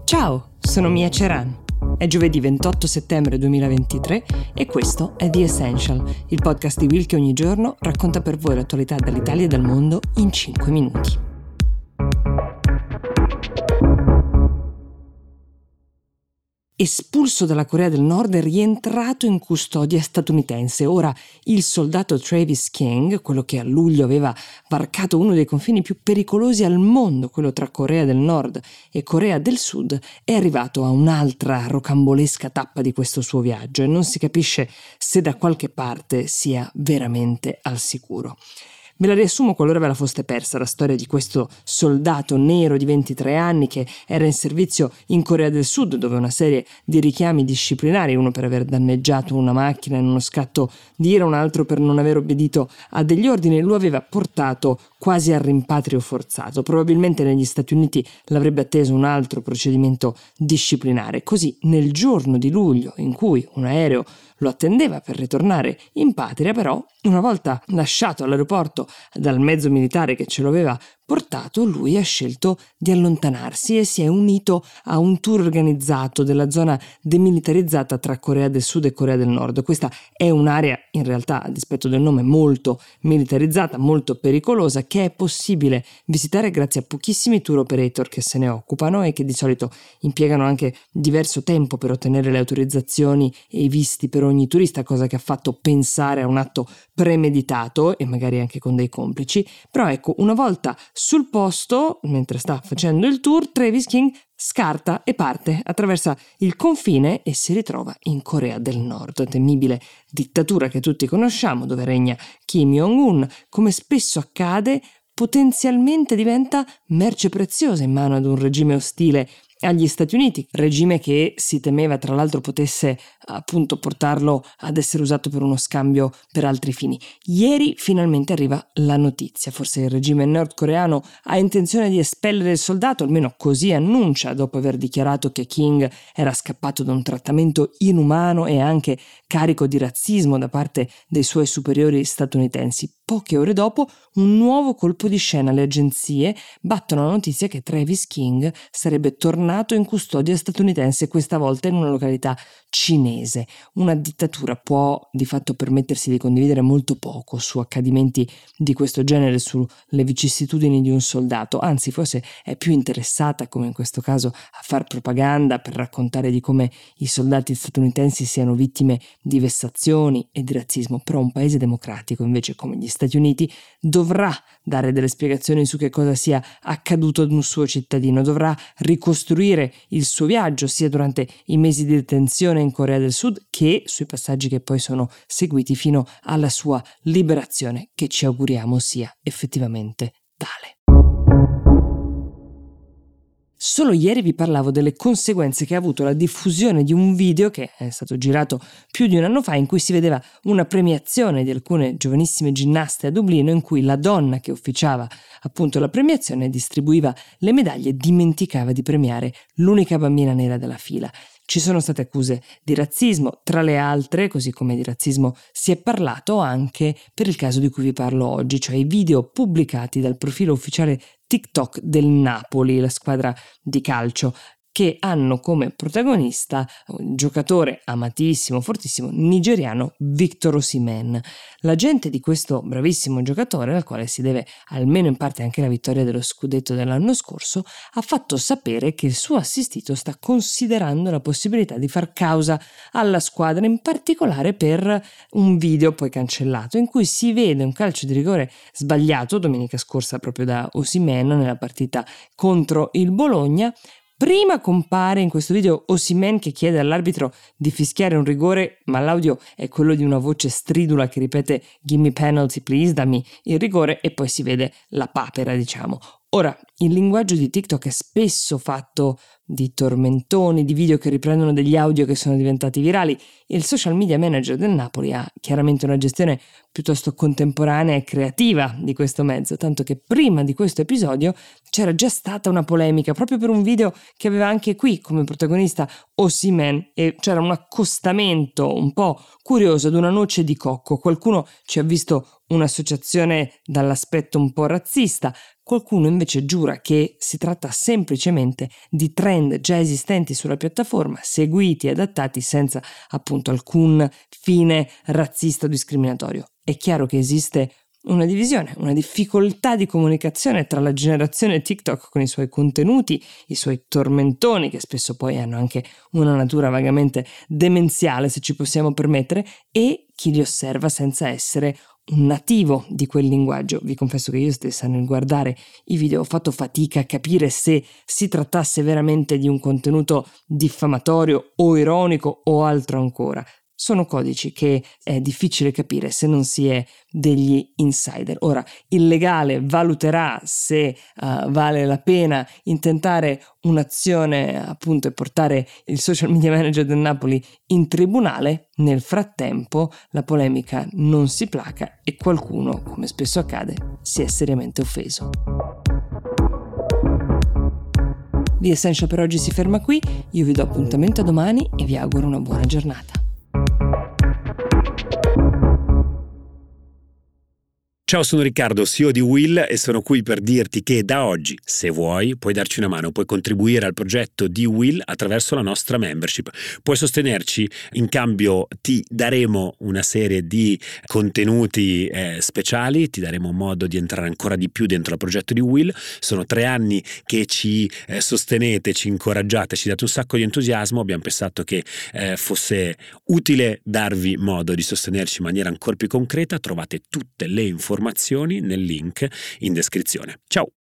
Ciao, sono Mia Ceran. È giovedì 28 settembre 2023 e questo è The Essential, il podcast di Will che ogni giorno racconta per voi l'attualità dall'Italia e dal mondo in 5 minuti. Espulso dalla Corea del Nord, è rientrato in custodia statunitense. Ora il soldato Travis King, quello che a luglio aveva varcato uno dei confini più pericolosi al mondo, quello tra Corea del Nord e Corea del Sud, è arrivato a un'altra rocambolesca tappa di questo suo viaggio e non si capisce se da qualche parte sia veramente al sicuro. Ve la riassumo qualora ve la foste persa la storia di questo soldato nero di 23 anni che era in servizio in Corea del Sud, dove una serie di richiami disciplinari, uno per aver danneggiato una macchina in uno scatto di ira, un altro per non aver obbedito a degli ordini, lo aveva portato quasi al rimpatrio forzato. Probabilmente negli Stati Uniti l'avrebbe atteso un altro procedimento disciplinare. Così nel giorno di luglio in cui un aereo lo attendeva per ritornare in patria, però, una volta lasciato all'aeroporto dal mezzo militare che ce lo aveva portato, lui ha scelto di allontanarsi e si è unito a un tour organizzato della zona demilitarizzata tra Corea del Sud e Corea del Nord. Questa è un'area, in realtà, a dispetto del nome, molto militarizzata, molto pericolosa, che è possibile visitare grazie a pochissimi tour operator che se ne occupano e che di solito impiegano anche diverso tempo per ottenere le autorizzazioni e i visti per ogni turista, cosa che ha fatto pensare a un atto premeditato e magari anche con dei complici. Però ecco, una volta sul posto, mentre sta facendo il tour, Travis King scarta e parte, attraversa il confine e si ritrova in Corea del Nord, temibile dittatura che tutti conosciamo, dove regna Kim Jong-un. Come spesso accade, potenzialmente diventa merce preziosa in mano ad un regime ostile agli Stati Uniti, regime che si temeva tra l'altro potesse appunto portarlo ad essere usato per uno scambio per altri fini. Ieri finalmente arriva la notizia, forse il regime nordcoreano ha intenzione di espellere il soldato, almeno così annuncia, dopo aver dichiarato che King era scappato da un trattamento inumano e anche carico di razzismo da parte dei suoi superiori statunitensi. Poche ore dopo un nuovo colpo di scena: le agenzie battono la notizia che Travis King sarebbe tornato in custodia statunitense, questa volta in una località cinese. Una dittatura può di fatto permettersi di condividere molto poco su accadimenti di questo genere, sulle vicissitudini di un soldato, anzi forse è più interessata, come in questo caso, a far propaganda per raccontare di come i soldati statunitensi siano vittime di vessazioni e di razzismo. Però un paese democratico invece come gli Stati Uniti dovrà dare delle spiegazioni su che cosa sia accaduto ad un suo cittadino, dovrà ricostruire il suo viaggio sia durante i mesi di detenzione in Corea del Sud che sui passaggi che poi sono seguiti fino alla sua liberazione, che ci auguriamo sia effettivamente tale. Solo ieri vi parlavo delle conseguenze che ha avuto la diffusione di un video che è stato girato più di un anno fa, in cui si vedeva una premiazione di alcune giovanissime ginnaste a Dublino, in cui la donna che officiava appunto la premiazione distribuiva le medaglie e dimenticava di premiare l'unica bambina nera della fila. Ci sono state accuse di razzismo, tra le altre, così come di razzismo si è parlato anche per il caso di cui vi parlo oggi, cioè i video pubblicati dal profilo ufficiale TikTok del Napoli, la squadra di calcio, che hanno come protagonista un giocatore amatissimo, fortissimo, nigeriano, Victor Osimhen. L'agente di questo bravissimo giocatore, al quale si deve almeno in parte anche la vittoria dello scudetto dell'anno scorso, ha fatto sapere che il suo assistito sta considerando la possibilità di far causa alla squadra, in particolare per un video poi cancellato, in cui si vede un calcio di rigore sbagliato domenica scorsa proprio da Osimhen nella partita contro il Bologna. Prima compare in questo video Osimhen che chiede all'arbitro di fischiare un rigore, ma l'audio è quello di una voce stridula che ripete "Give me penalty please", dammi il rigore, e poi si vede la papera, diciamo. Ora, il linguaggio di TikTok è spesso fatto di tormentoni, di video che riprendono degli audio che sono diventati virali. Il social media manager del Napoli ha chiaramente una gestione piuttosto contemporanea e creativa di questo mezzo, tanto che prima di questo episodio c'era già stata una polemica proprio per un video che aveva anche qui come protagonista Osimhen, e c'era un accostamento un po' curioso ad una noce di cocco. Qualcuno ci ha visto un'associazione dall'aspetto un po' razzista, qualcuno invece giura assicura che si tratta semplicemente di trend già esistenti sulla piattaforma, seguiti e adattati senza appunto alcun fine razzista o discriminatorio. È chiaro che esiste una divisione, una difficoltà di comunicazione tra la generazione TikTok con i suoi contenuti, i suoi tormentoni, che spesso poi hanno anche una natura vagamente demenziale, se ci possiamo permettere, e chi li osserva senza essere un nativo di quel linguaggio. Vi confesso che io stessa nel guardare i video ho fatto fatica a capire se si trattasse veramente di un contenuto diffamatorio o ironico o altro ancora. Sono codici che è difficile capire se non si è degli insider. Ora, il legale valuterà se vale la pena intentare un'azione appunto e portare il social media manager del Napoli in tribunale. Nel frattempo la polemica non si placa e qualcuno, come spesso accade, si è seriamente offeso. The Essential per oggi si ferma qui, io vi do appuntamento a domani e vi auguro una buona giornata. Ciao, sono Riccardo, CEO di Will, e sono qui per dirti che da oggi, se vuoi, puoi darci una mano, puoi contribuire al progetto di Will attraverso la nostra membership. Puoi sostenerci, in cambio ti daremo una serie di contenuti speciali, ti daremo modo di entrare ancora di più dentro il progetto di Will. Sono 3 anni che ci sostenete, ci incoraggiate, ci date un sacco di entusiasmo. Abbiamo pensato che fosse utile darvi modo di sostenerci in maniera ancora più concreta. Trovate tutte le informazioni nel link in descrizione. Ciao!